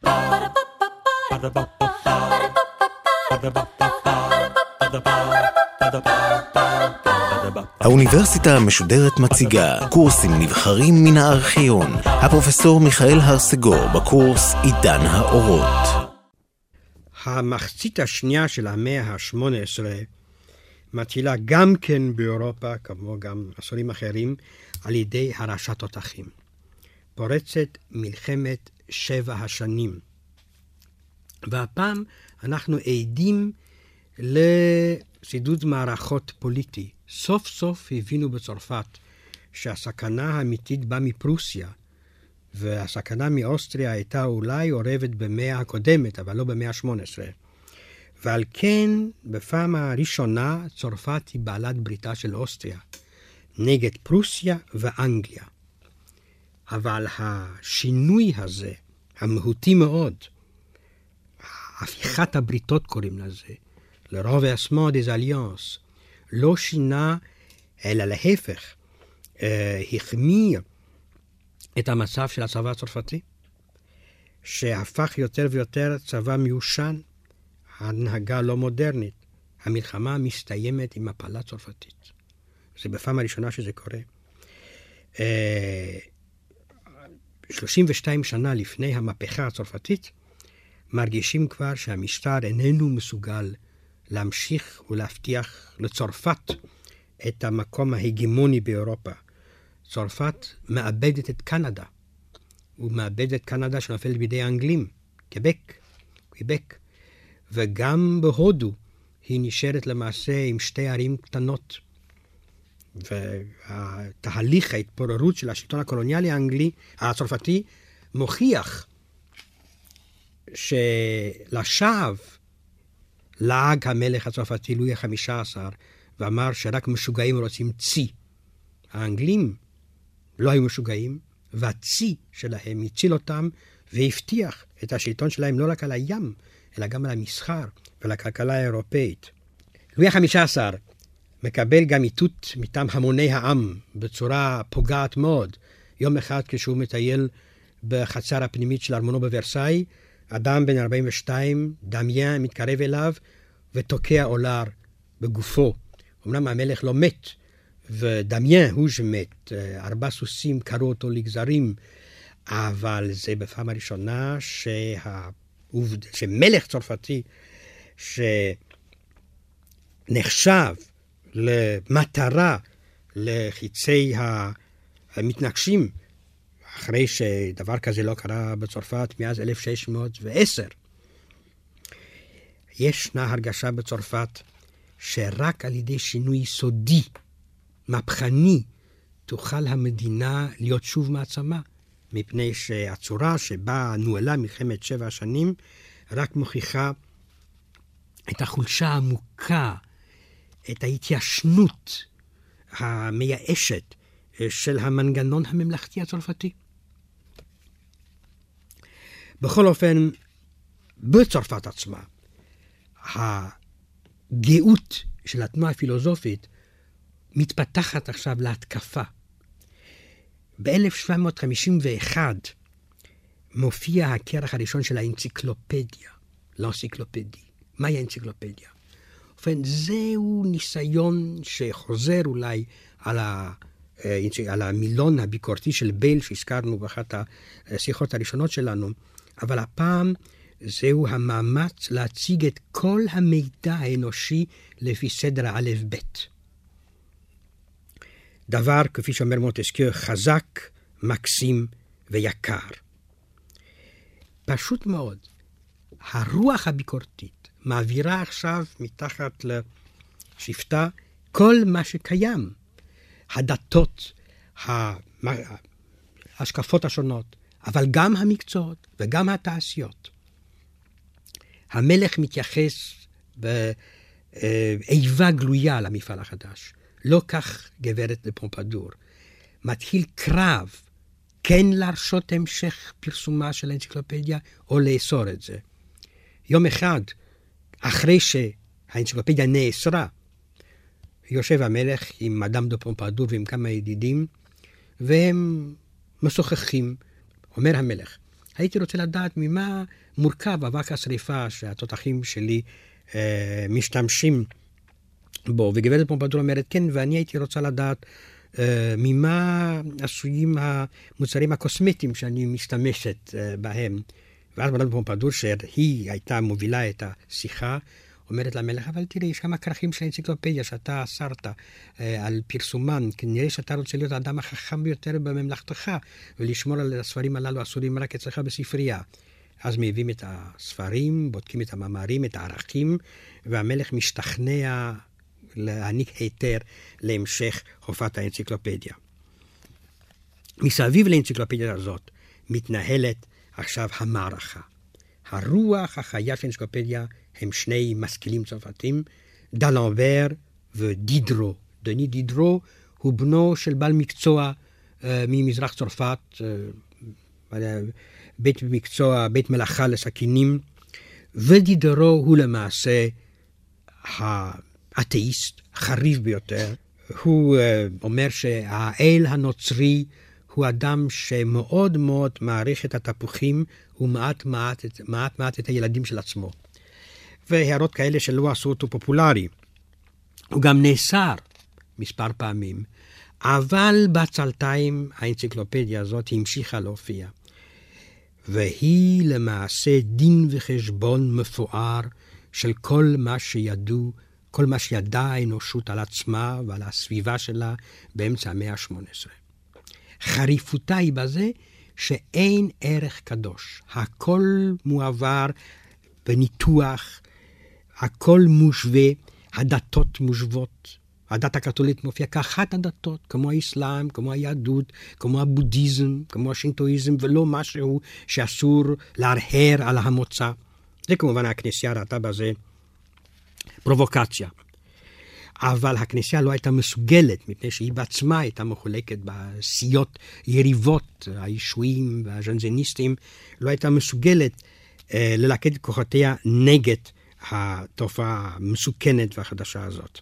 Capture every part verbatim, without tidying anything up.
האוניברסיטה המשודרת מציגה קורסים נבחרים מן הארכיון. הפרופסור מיכאל הרסגור בקורס עידן האורות. המחצית השנייה של המאה ה-שמונה עשרה מתחילה גם כן באירופה, כמו גם עשורים אחרים, על ידי הרעשת תותחים. פורצת מלחמת שבע השנים. והפעם אנחנו עדים לסידוד מערכות פוליטי. סוף סוף הבינו בצרפת שהסכנה האמיתית באה מפרוסיה, והסכנה מאוסטריה הייתה אולי עורבת במאה הקודמת, אבל לא במאה ה-שמונה עשרה. ועל כן, בפעם הראשונה, צרפת היא בעלת בריתה של אוסטריה, נגד פרוסיה ואנגליה. אבל השינוי הזה, המהותי מאוד, הפיכת הבריתות קוראים לזה, לרוורסמן des alliances, לא שינה, אלא להפך, אה, החמיר את המצב של הצבא הצרפתי, שהפך יותר ויותר צבא מיושן, הנהגה לא מודרנית. המלחמה מסתיימת עם הפלה צרפתית. זה בפעם הראשונה שזה קורה. אה, שלושים ושתיים שנה לפני המהפכה הצרפתית, מרגישים כבר שהמשטר איננו מסוגל להמשיך ולהבטיח לצרפת את המקום ההגמוני באירופה. צרפת מאבדת את קנדה. הוא מאבד את קנדה שנופלת בידי האנגלים, קבק, קבק. וגם בהודו היא נשארת למעשה עם שתי ערים קטנות. והתהליך ההתפוררות של השלטון הקולוניאלי האנגלי, הצרפתי, מוכיח שלשווא לעג המלך הצרפתי לואי החמישה עשר, ואמר שרק משוגעים רוצים צי. האנגלים לא היו משוגעים, והצי שלהם הציל אותם, והבטיח את השלטון שלהם לא רק על הים, אלא גם על המסחר ועל הכלכלה האירופאית. לואי החמישה עשר מקבל גם איתות מטעם המוני העם, בצורה פוגעת מאוד. יום אחד כשהוא מטייל בחצר הפנימית של ארמונו בוורסאי, אדם בן ארבעים ושתיים, דמיין, מתקרב אליו ותוקע אולר בגופו. אמנם המלך לא מת, ודמיין הוא שמת. ארבע סוסים קראו אותו לגזרים, אבל זה בפעם הראשונה שה... שמלך צרפתי שנחשב למטרה לחיצי המתנגשים, אחרי שדבר כזה לא קרה בצרפת מאז אלף שש מאות ועשר. ישנה הרגשה בצרפת שרק על ידי שינוי יסודי, מהפכני, תוכל המדינה להיות שוב מעצמה, מפני שהצורה שבה נועלה מלחמת שבע השנים רק מוכיחה את החולשה העמוקה, את ההתיישנות המייאשת של המנגנון הממלכתי הצרפתי. בכל אופן, בצרפת עצמה, הגאות של התנועה הפילוסופית מתפתחת עכשיו להתקפה. ב-אלף שבע מאות חמישים ואחת מופיע הכרך הראשון של האנציקלופדיה, לאנציקלופדיה. מהי האנציקלופדיה? ובכן, זהו ניסיון שחוזר אולי על, ה, על המילון הביקורתי של בייל שהזכרנו באחת השיחות הראשונות שלנו, אבל הפעם זהו המאמץ להציג את כל המידע האנושי לפי סדר האלף בית. דבר, כפי שאומר מונטסקיו, חזק, מקסים ויקר. פשוט מאוד, הרוח הביקורתית מעבירה עכשיו מתחת לשפתה כל מה שקיים. הדתות, ההשקפות השונות, אבל גם המקצועות וגם התעשיות. המלך מתייחס באיבה גלויה למפעל החדש. לא כך גברת דה פומפדור. מתחיל קרב, כן להרשות המשך פרסומה של האנציקלופדיה, או לאסור את זה. יום אחד, אחרי שהאנציקלופדיה נאסרה, יושב המלך עם מדאם דה פומפדור ועם כמה ידידים, והם משוחחים. אומר המלך, הייתי רוצה לדעת ממה מורכב אבק השריפה שהתותחים שלי אה, משתמשים בו. וגברת פומפדור אומרת כן, ואני הייתי רוצה לדעת אה, ממה עשויים המוצרים הקוסמטיים שאני משתמשת אה, בהם. ואז מדאם פומפדור, שהיא הייתה מובילה את השיחה, אומרת למלך, אבל תראי, יש כמה כרכים של האנציקלופדיה שאתה אסרת אה, על פרסומן, כנראה שאתה רוצה להיות האדם החכם ביותר בממלכתך, ולשמור על הספרים הללו אסורים רק אצלך בספרייה. אז מביאים את הספרים, בודקים את המאמרים, את הערכים, והמלך משתכנע להעניק היתר להמשך הופעת האנציקלופדיה. מסביב לאנציקלופדיה הזאת מתנהלת עכשיו המערכה. הרוח החיה של האנציקלופדיה הם שני משכילים צרפתים, ד'אלמבר ודידרו. דני דידרו הוא בנו של בעל מקצוע uh, ממזרח צרפת, uh, בית מקצוע, בית מלאכה לסכינים, ודידרו הוא למעשה האתאיסט, חריף ביותר. הוא uh, אומר שהאל הנוצרי הוא אדם שמאוד מאוד מעריך את התפוחים, ומעט מעט, מעט מעט את הילדים של עצמו. והערות כאלה שלא עשו אותו פופולרי. הוא גם נאסר מספר פעמים, אבל בצלתיים האנציקלופדיה הזאת המשיכה להופיע. והיא למעשה דין וחשבון מפואר של כל מה שידעו, כל מה שידעה האנושות על עצמה ועל הסביבה שלה באמצע המאה ה-שמונה עשרה. חריפותה היא בזה שאין ערך קדוש. הכל מועבר בניתוח, הכל מושווה, הדתות מושוות. הדת הקתולית מופיעה כאחת הדתות, כמו האסלאם, כמו היהדות, כמו הבודהיזם, כמו השינטואיזם, ולא משהו שאסור להרהר על המוצא. זה כמובן הכנסייה ראתה בזה פרובוקציה. אבל הכנסייה לא הייתה מסוגלת, מפני שהיא בעצמה הייתה מחולקת בסיעות יריבות, הישועים והז'נזניסטים, לא הייתה מסוגלת אה, ללכד את כוחותיה נגד התופעה המסוכנת והחדשה הזאת.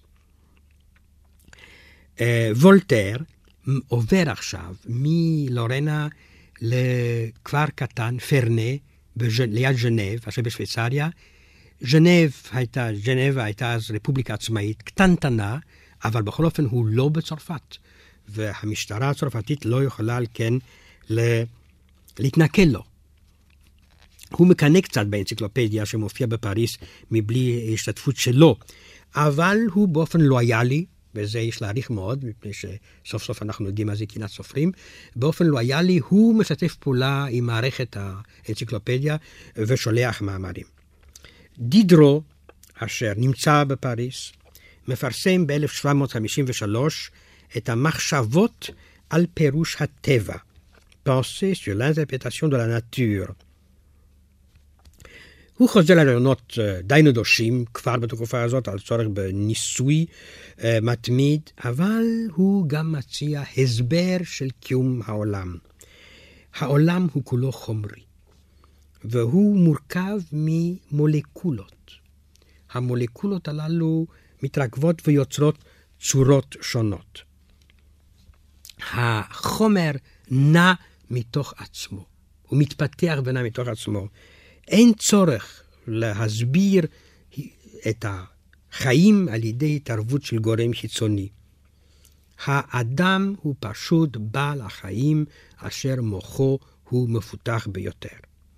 אה, וולטר עובר עכשיו מלורנה לכפר קטן, פרנה, בז'נ... ליד ז'נב, עכשיו בשוויצריה. ז'נב הייתה, ז'נבה הייתה אז רפובליקה עצמאית, קטנטנה, אבל בכל אופן הוא לא בצרפת. והמשטרה הצרפתית לא יכולה על כן ל... להתנכל לו. הוא מקנה קצת באנציקלופדיה שמופיע בפריס מבלי השתתפות שלו, אבל הוא באופן לואיילי, וזה יש להעריך מאוד, מפני שסוף סוף אנחנו יודעים מה זה קנאת סופרים, באופן לואיילי הוא משתף פעולה עם מערכת האנציקלופדיה ושולח מאמרים. דידרו, אשר נמצא בפריס, מפרסם ב-אלף שבע מאות חמישים ושלוש את המחשבות על פירוש הטבע, Pensées sur l'interprétation de la nature. הוא חוזר לרעיונות די נדושים כבר בתקופה הזאת על צורך בניסוי uh, מתמיד, אבל הוא גם מציע הסבר של קיום העולם. העולם הוא כולו חומרי, והוא מורכב ממולקולות. המולקולות הללו מתרכבות ויוצרות צורות שונות. החומר נע מתוך עצמו, הוא מתפתח ונע מתוך עצמו. אין צורך להסביר את החיים על ידי התערבות של גורם חיצוני. האדם הוא פשוט בעל החיים אשר מוחו הוא מפותח ביותר.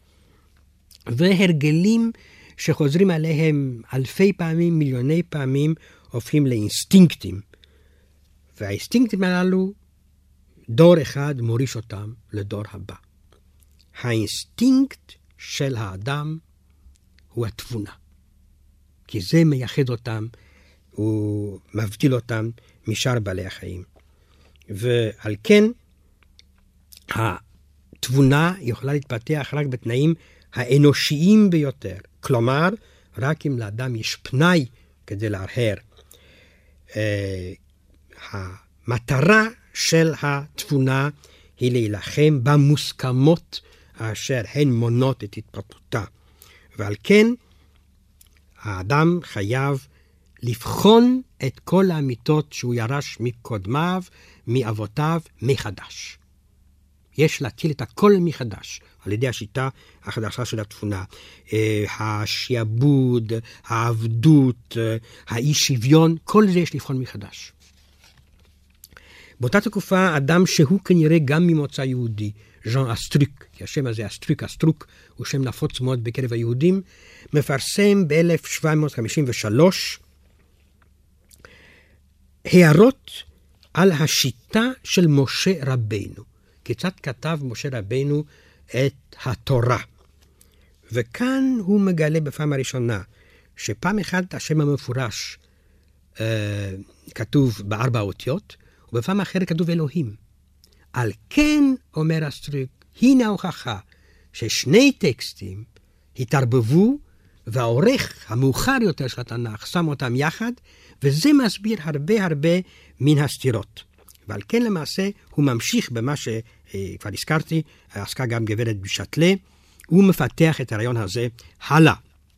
והרגלים שחוזרים עליהם אלפי פעמים, מיליוני פעמים, הופכים לאינסטינקטים. והאינסטינקטים הללו, דור אחד מוריש אותם לדור הבא. האינסטינקט של האדם הוא התבונה. כי זה מייחד אותם, הוא מבדיל אותם משאר בעלי החיים. ועל כן, התבונה יכולה להתפתח רק בתנאים האנושיים ביותר. כלומר, רק אם לאדם יש פנאי כדי להרהר. Uh, המטרה של התבונה היא להילחם במוסכמות אשר הן מונות את התפתחותה. ועל כן, האדם חייב לבחון את כל האמיתות שהוא ירש מקודמיו, מאבותיו, מחדש. יש להטיל את הכל מחדש, על ידי השיטה החדשה של התבונה. השעבוד, העבדות, האי שוויון, כל זה יש לבחון מחדש. באותה תקופה, אדם שהוא כנראה גם ממוצא יהודי, ז'אן אסטרוק, כי השם הזה אסטרוק, אסטרוק, הוא שם נפוץ מאוד בקרב היהודים, מפרסם ב-אלף שבע מאות חמישים ושלוש הערות על השיטה של משה רבנו. כיצד כתב משה רבנו את התורה. וכאן הוא מגלה בפעם הראשונה, שפעם אחת השם המפורש אה, כתוב בארבע אותיות, ובפעם אחרת כתוב אלוהים. על כן, אומר אסטרוק, הנה ההוכחה ששני טקסטים התערבבו, והעורך המאוחר יותר של התנ"ך שם אותם יחד, וזה מסביר הרבה הרבה מן הסתירות. ועל כן למעשה הוא ממשיך במה שכבר הזכרתי, עסקה גם גברת בשטלה, הוא מפתח את הרעיון הזה הלאה.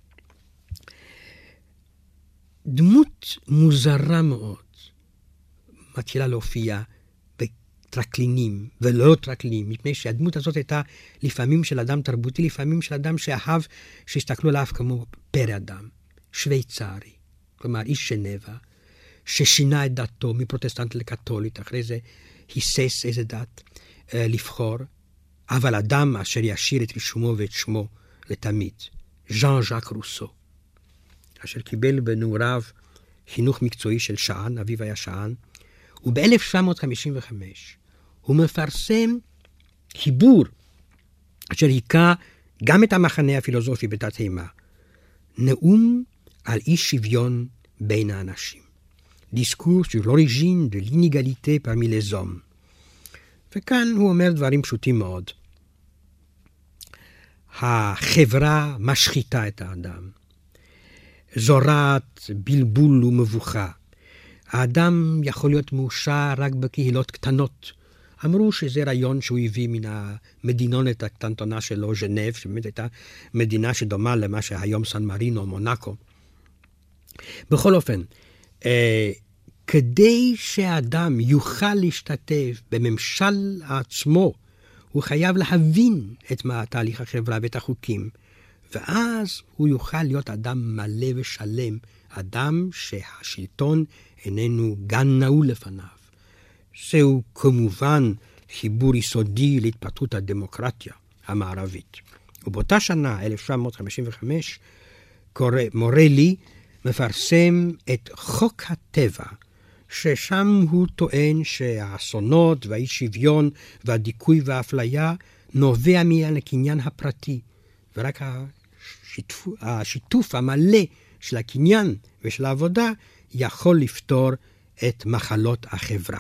דמות מוזרה מאוד מתחילה להופיע בטרקלינים ולא טרקלינים, מפני שהדמות הזאת הייתה לפעמים של אדם תרבותי, לפעמים של אדם שאהב שהסתכלו עליו כמו פרא אדם, שוויצרי, כלומר איש ז'נבה, ששינה את דתו מפרוטסטנט לקתולית, אחרי זה היסס איזה דת אה, לבחור, אבל אדם אשר ישאיר את רישומו ואת שמו לתמיד, ז'אן ז'אק רוסו, אשר קיבל בנעוריו חינוך מקצועי של שען, אביו היה שען, וב-אלף שבע מאות חמישים וחמש הוא מפרסם חיבור אשר היכה גם את המחנה הפילוסופי בתת הימה, נאום על אי שוויון בין האנשים. דיסקור sur l'origine de l'inégalité parmi les hommes. וכאן הוא אומר דברים פשוטים מאוד. החברה משחיתה את האדם. זורת בלבול ומבוכה. האדם יכול להיות מאושר רק בקהילות קטנות. אמרו שזה רעיון שהוא הביא מן המדינונת הקטנטונה שלו, ז'נב, שבאמת הייתה מדינה שדומה למה שהיום סן מרינו, מונאקו. בכל אופן, אה, כדי שהאדם יוכל להשתתף בממשל עצמו, הוא חייב להבין את מה תהליך החברה ואת החוקים, ואז הוא יוכל להיות אדם מלא ושלם, אדם שהשלטון איננו גן נעול לפניו. זהו כמובן חיבור יסודי להתפתחות הדמוקרטיה המערבית. ובאותה שנה, אלף שבע מאות חמישים וחמש, קורא, מורלי מפרסם את חוק הטבע, ששם הוא טוען שהאסונות והאי שוויון והדיכוי והאפליה נובע מהקניין הפרטי, ורק השיתוף, השיתוף המלא של הקניין ושל העבודה יכול לפתור את מחלות החברה.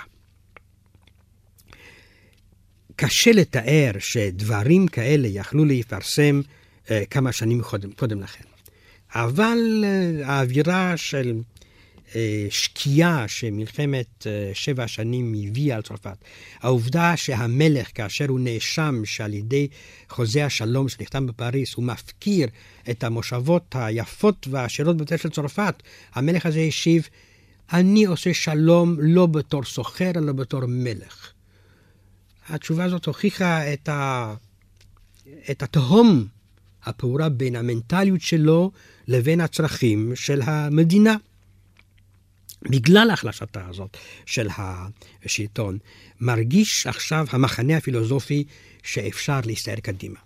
קשה לתאר שדברים כאלה יכלו להיפרסם אה, כמה שנים קודם, קודם לכן. אבל אה, האווירה של אה, שקיעה שמלחמת אה, שבע השנים הביאה על צרפת, העובדה שהמלך כאשר הוא נאשם שעל ידי חוזה השלום שנחתם בפריס, הוא מפקיר את המושבות היפות והעשירות ביותר של צרפת, המלך הזה השיב, אני עושה שלום לא בתור סוחר, אלא בתור מלך. התשובה הזאת הוכיחה את, ה... את התהום הפעורה בין המנטליות שלו לבין הצרכים של המדינה. בגלל ההחלשתה הזאת של השלטון, מרגיש עכשיו המחנה הפילוסופי שאפשר להסתער קדימה.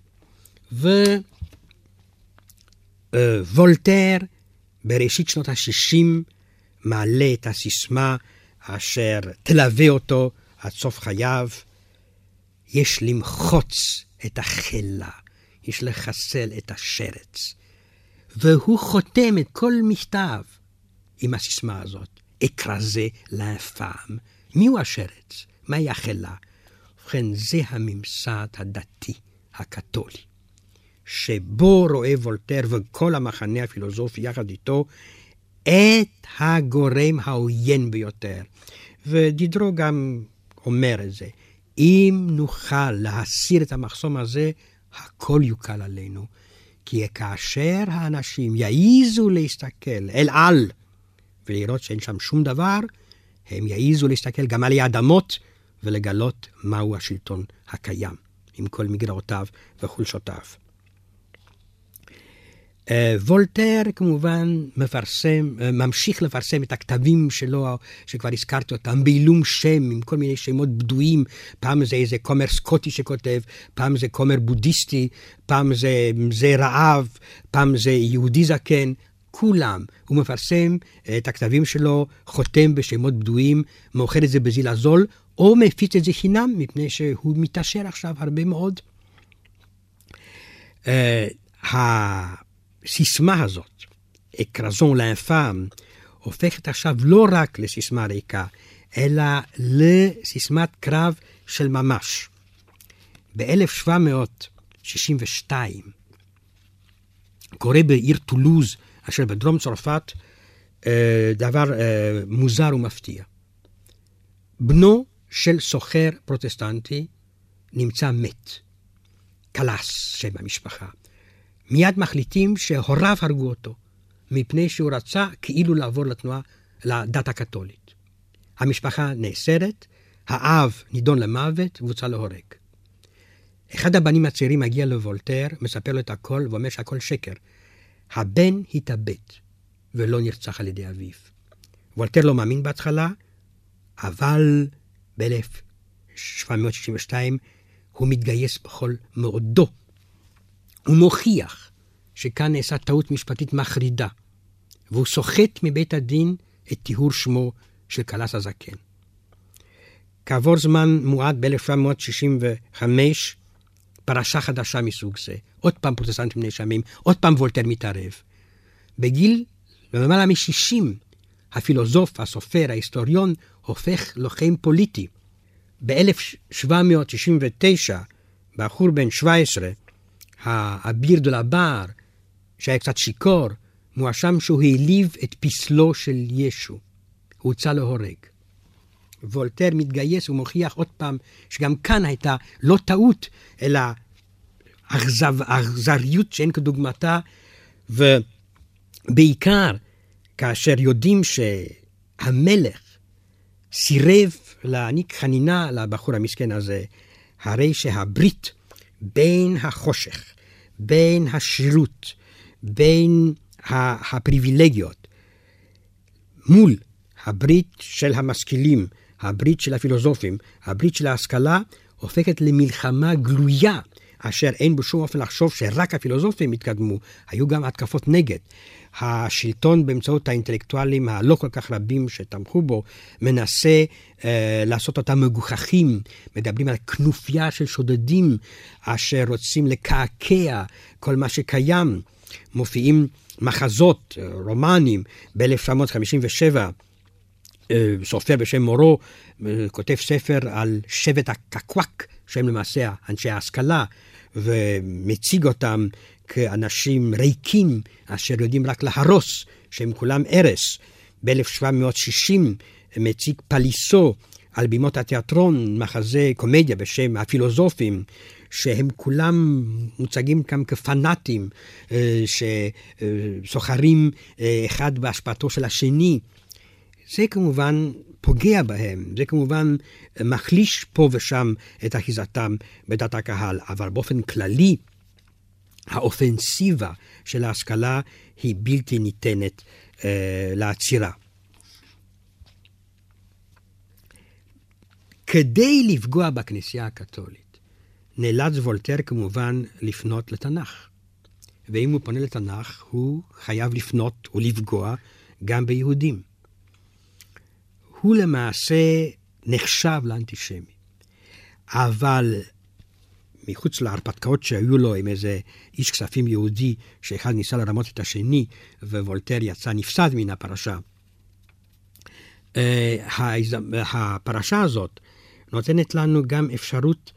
ווולטר בראשית שנות ה-שישים מעלה את הסיסמה אשר תלווה אותו עד סוף חייו, יש למחוץ את החלה, יש לחסל את השרץ. והוא חותם את כל מכתב עם הסיסמה הזאת, אקרזה לאפם. מיהו השרץ? מהי החלה? ובכן, זה הממסד הדתי, הקתולי, שבו רואה וולטר וכל המחנה הפילוסופי יחד איתו, את הגורם העוין ביותר. ודידרו גם אומר את זה, אם נוכל להסיר את המחסום הזה, הכל יוקל עלינו. כי כאשר האנשים יעיזו להסתכל אל על, ולראות שאין שם שום דבר, הם יעיזו להסתכל גם על האדמות, ולגלות מהו השלטון הקיים, עם כל מגרעותיו וחולשותיו. וולטר כמובן מפרסם, ממשיך לפרסם את הכתבים שלו, שכבר הזכרתי אותם, בעילום שם, עם כל מיני שמות בדויים, פעם זה איזה כומר סקוטי שכותב, פעם זה כומר בודהיסטי, פעם זה, זה רעב, פעם זה יהודי זקן, כולם. הוא מפרסם את הכתבים שלו, חותם בשמות בדויים, מוכר את זה בזיל הזול, או מפיץ את זה חינם, מפני שהוא מתעשר עכשיו הרבה מאוד. הסיסמה הזאת, אקרזון לאינפאם, הופכת עכשיו לא רק לסיסמה ריקה, אלא לסיסמת קרב של ממש. ב-אלף שבע מאות שישים ושתיים, קורה בעיר טולוז, אשר בדרום צרפת, דבר מוזר ומפתיע. בנו של סוחר פרוטסטנטי נמצא מת. קלאס שם המשפחה. מיד מחליטים שהוריו הרגו אותו, מפני שהוא רצה כאילו לעבור לתנועה, לדת הקתולית. המשפחה נאסרת, האב נידון למוות והוצא להורג. אחד הבנים הצעירים מגיע לוולטר, מספר לו את הכל ואומר שהכל שקר. הבן התאבד ולא נרצח על ידי אביו. וולטר לא מאמין בהתחלה, אבל ב-אלף שבע מאות שישים ושתיים הוא מתגייס בכל מאודו. הוא מוכיח שכאן נעשה טעות משפטית מחרידה, והוא סוחט מבית הדין את טיהור שמו של קלאס הזקן. כעבור זמן מועט ב-אלף שבע מאות שישים וחמש, פרשה חדשה מסוג זה. עוד פעם פרוטסטנטים נאשמים, עוד פעם וולטר מתערב. בגיל, במעלה מ-שישים, הפילוסוף, הסופר, ההיסטוריון, הופך לוחם פוליטי. ב-אלף שבע מאות שישים ותשע, בחור בן שבע עשרה, האביר דולבר, שהיה קצת שיקור, מואשם שהוא העליב את פסלו של ישו. הוא הוצא להורג. וולטר מתגייס ומוכיח עוד פעם שגם כאן הייתה לא טעות, אלא אכזריות שאין כדוגמתה, ובעיקר כאשר יודעים שהמלך סירב להעניק חנינה לבחור המסכן הזה, הרי שהברית בין החושך, בין השירות, בין הפריבילגיות, מול הברית של המשכילים, הברית של הפילוסופים, הברית של ההשכלה, הופכת למלחמה גלויה, אשר אין בשום אופן לחשוב שרק הפילוסופים התקדמו, היו גם התקפות נגד. השלטון באמצעות האינטלקטואלים הלא כל כך רבים שתמכו בו, מנסה אה, לעשות אותם מגוחכים, מדברים על כנופיה של שודדים, אשר רוצים לקעקע כל מה שקיים. מופיעים מחזות, רומנים, ב-אלף תשע מאות חמישים ושבע, סופר בשם מורו, כותב ספר על שבט הקקוואק, שהם למעשה אנשי ההשכלה, ומציג אותם כאנשים ריקים, אשר יודעים רק להרוס, שהם כולם ארס. ב-אלף שבע מאות שישים מציג פליסו על בימות התיאטרון, מחזה קומדיה בשם הפילוסופים, שהם כולם מוצגים כאן כפנאטים, שסוחרים אחד בהשפעתו של השני. זה כמובן פוגע בהם, זה כמובן מחליש פה ושם את אחיזתם בדעת הקהל, אבל באופן כללי, האופנסיבה של ההשכלה היא בלתי ניתנת אה, לעצירה. כדי לפגוע בכנסייה הקתולית, נאלץ וולטר כמובן לפנות לתנ"ך. ואם הוא פונה לתנ"ך, הוא חייב לפנות ולפגוע גם ביהודים. הוא למעשה נחשב לאנטישמי. אבל מחוץ להרפתקאות שהיו לו עם איזה איש כספים יהודי, שאחד ניסה לרמות את השני, ווולטר יצא נפסד מן הפרשה. הפרשה הזאת נותנת לנו גם אפשרות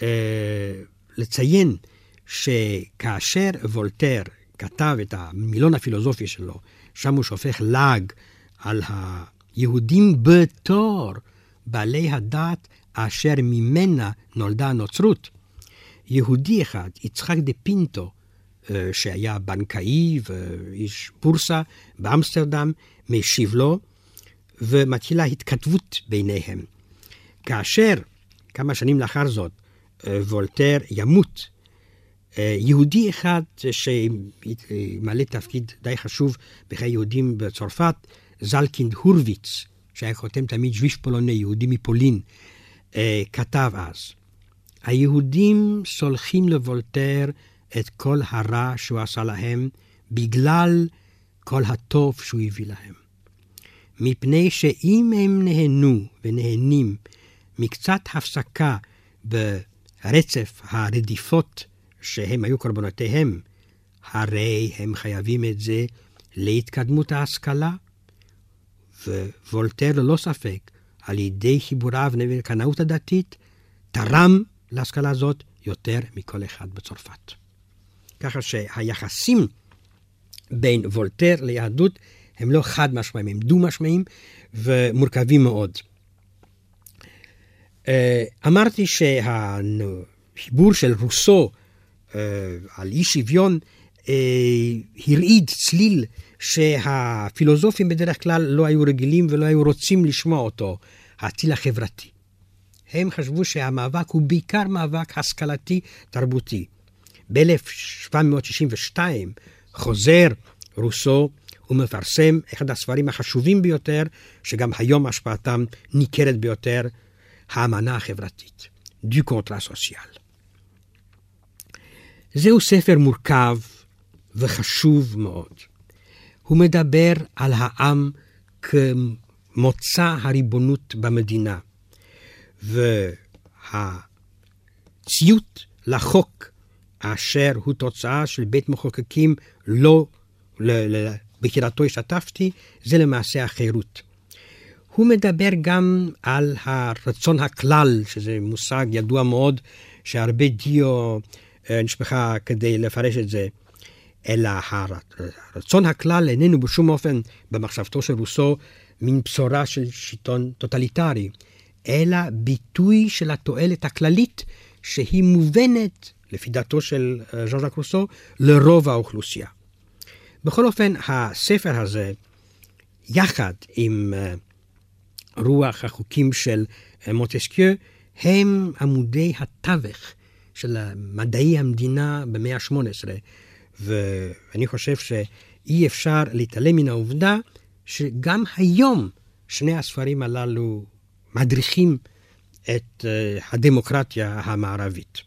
לציין שכאשר וולטר כתב את המילון הפילוסופי שלו, שם הוא שופך לעג על היהודים בתור בעלי הדת אשר ממנה נולדה הנוצרות. יהודי אחד, יצחק דה פינטו, שהיה בנקאי ואיש בורסה באמסטרדם, משיב לו, ומתחילה התכתבות ביניהם. כאשר, כמה שנים לאחר זאת, וולטר ימות, יהודי אחד שמעלה תפקיד די חשוב בחיי יהודים בצרפת, זלקינד הורוויץ, שהיה חותם תמיד שביש פולוני, יהודי מפולין, כתב אז, היהודים סולחים לוולטר את כל הרע שהוא עשה להם, בגלל כל הטוב שהוא הביא להם. מפני שאם הם נהנו ונהנים מקצת הפסקה ברצף הרדיפות שהם היו קורבנותיהם, הרי הם חייבים את זה להתקדמות ההשכלה, ווולטר ללא ספק, על ידי חיבוריו לקנאות הדתית, תרם להשכלה הזאת יותר מכל אחד בצרפת. ככה שהיחסים בין וולטר ליהדות הם לא חד משמעיים, הם דו משמעיים ומורכבים מאוד. אמרתי שהחיבור של רוסו על אי שוויון הרעיד צליל שהפילוסופים בדרך כלל לא היו רגילים ולא היו רוצים לשמוע אותו, הציל החברתי. הם חשבו שהמאבק הוא בעיקר מאבק השכלתי תרבותי. ב-אלף שבע מאות שישים ושתיים חוזר רוסו ומפרסם אחד הספרים החשובים ביותר, שגם היום השפעתם ניכרת ביותר, האמנה החברתית, דו קונטרה סוציאל. זהו ספר מורכב וחשוב מאוד. הוא מדבר על העם כמוצא הריבונות במדינה, והציות לחוק אשר הוא תוצאה של בית מחוקקים לא בחירתו השתתפתי, זה למעשה החירות. הוא מדבר גם על הרצון הכלל, שזה מושג ידוע מאוד, שהרבה דיו נשפחה כדי לפרש את זה, אלא הרצון הכלל איננו בשום אופן במחשבתו של רוסו מין בשורה של שלטון טוטליטרי, אלא ביטוי של התועלת הכללית שהיא מובנת, לפי דעתו של ז'אן ז'אק רוסו, לרוב האוכלוסייה. בכל אופן, הספר הזה, יחד עם רוח החוקים של מונטסקיו, הם עמודי התווך של מדעי המדינה במאה ה-שמונה עשרה, ואני חושב שאי אפשר להתעלם מן העובדה שגם היום שני הספרים הללו מדריכים את הדמוקרטיה המערבית.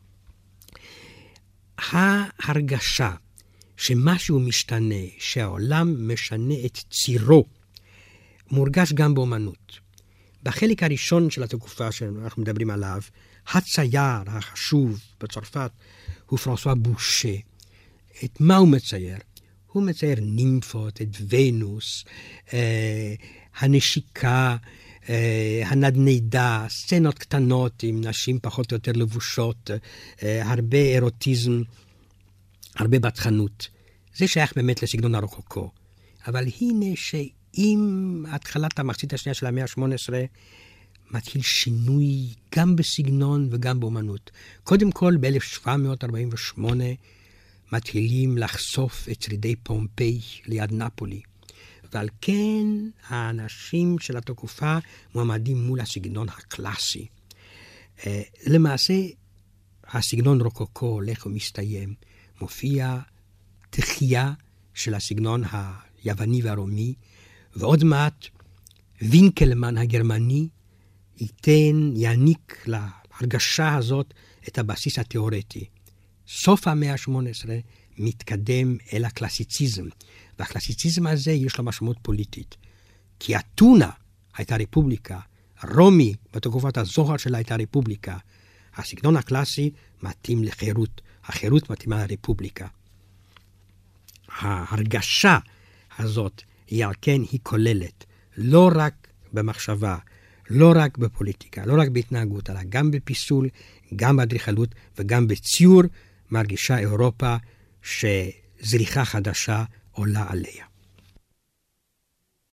ההרגשה שמשהו משתנה, שהעולם משנה את צירו, מורגש גם באומנות. בחלק הראשון של התקופה שאנחנו מדברים עליו, הצייר החשוב בצרפת הוא פרנסואה בושה. את מה הוא מצייר? הוא מצייר נימפות, את ונוס, אה, הנשיקה, אה, הנדנדה, סצנות קטנות עם נשים פחות או יותר לבושות, אה, הרבה אירוטיזם, הרבה בטחנות. זה שייך באמת לסגנון הרוקוקו. אבל הנה שעם התחלת המחצית השנייה של המאה ה-שמונה עשרה, מתחיל שינוי גם בסגנון וגם באומנות. קודם כל, ב-אלף שבע מאות ארבעים ושמונה, מתחילים לחשוף את שרידי פומפיי ליד נפולי. ועל כן, האנשים של התקופה מועמדים מול הסגנון הקלאסי. למעשה, הסגנון רוקוקו הולך ומסתיים. מופיע תחייה של הסגנון היווני והרומי, ועוד מעט וינקלמן הגרמני ייתן, יעניק להרגשה הזאת את הבסיס התיאורטי. סוף המאה ה-שמונה עשרה מתקדם אל הקלאסיציזם, והקלאסיציזם הזה יש לו משמעות פוליטית. כי אתונה הייתה רפובליקה, רומי בתקופת הזוהר שלה הייתה רפובליקה. הסגנון הקלאסי מתאים לחירות, החירות מתאימה לרפובליקה. ההרגשה הזאת היא על כן היא כוללת, לא רק במחשבה, לא רק בפוליטיקה, לא רק בהתנהגות, אלא גם בפיסול, גם באדריכלות וגם בציור, מרגישה אירופה שזריחה חדשה עולה עליה.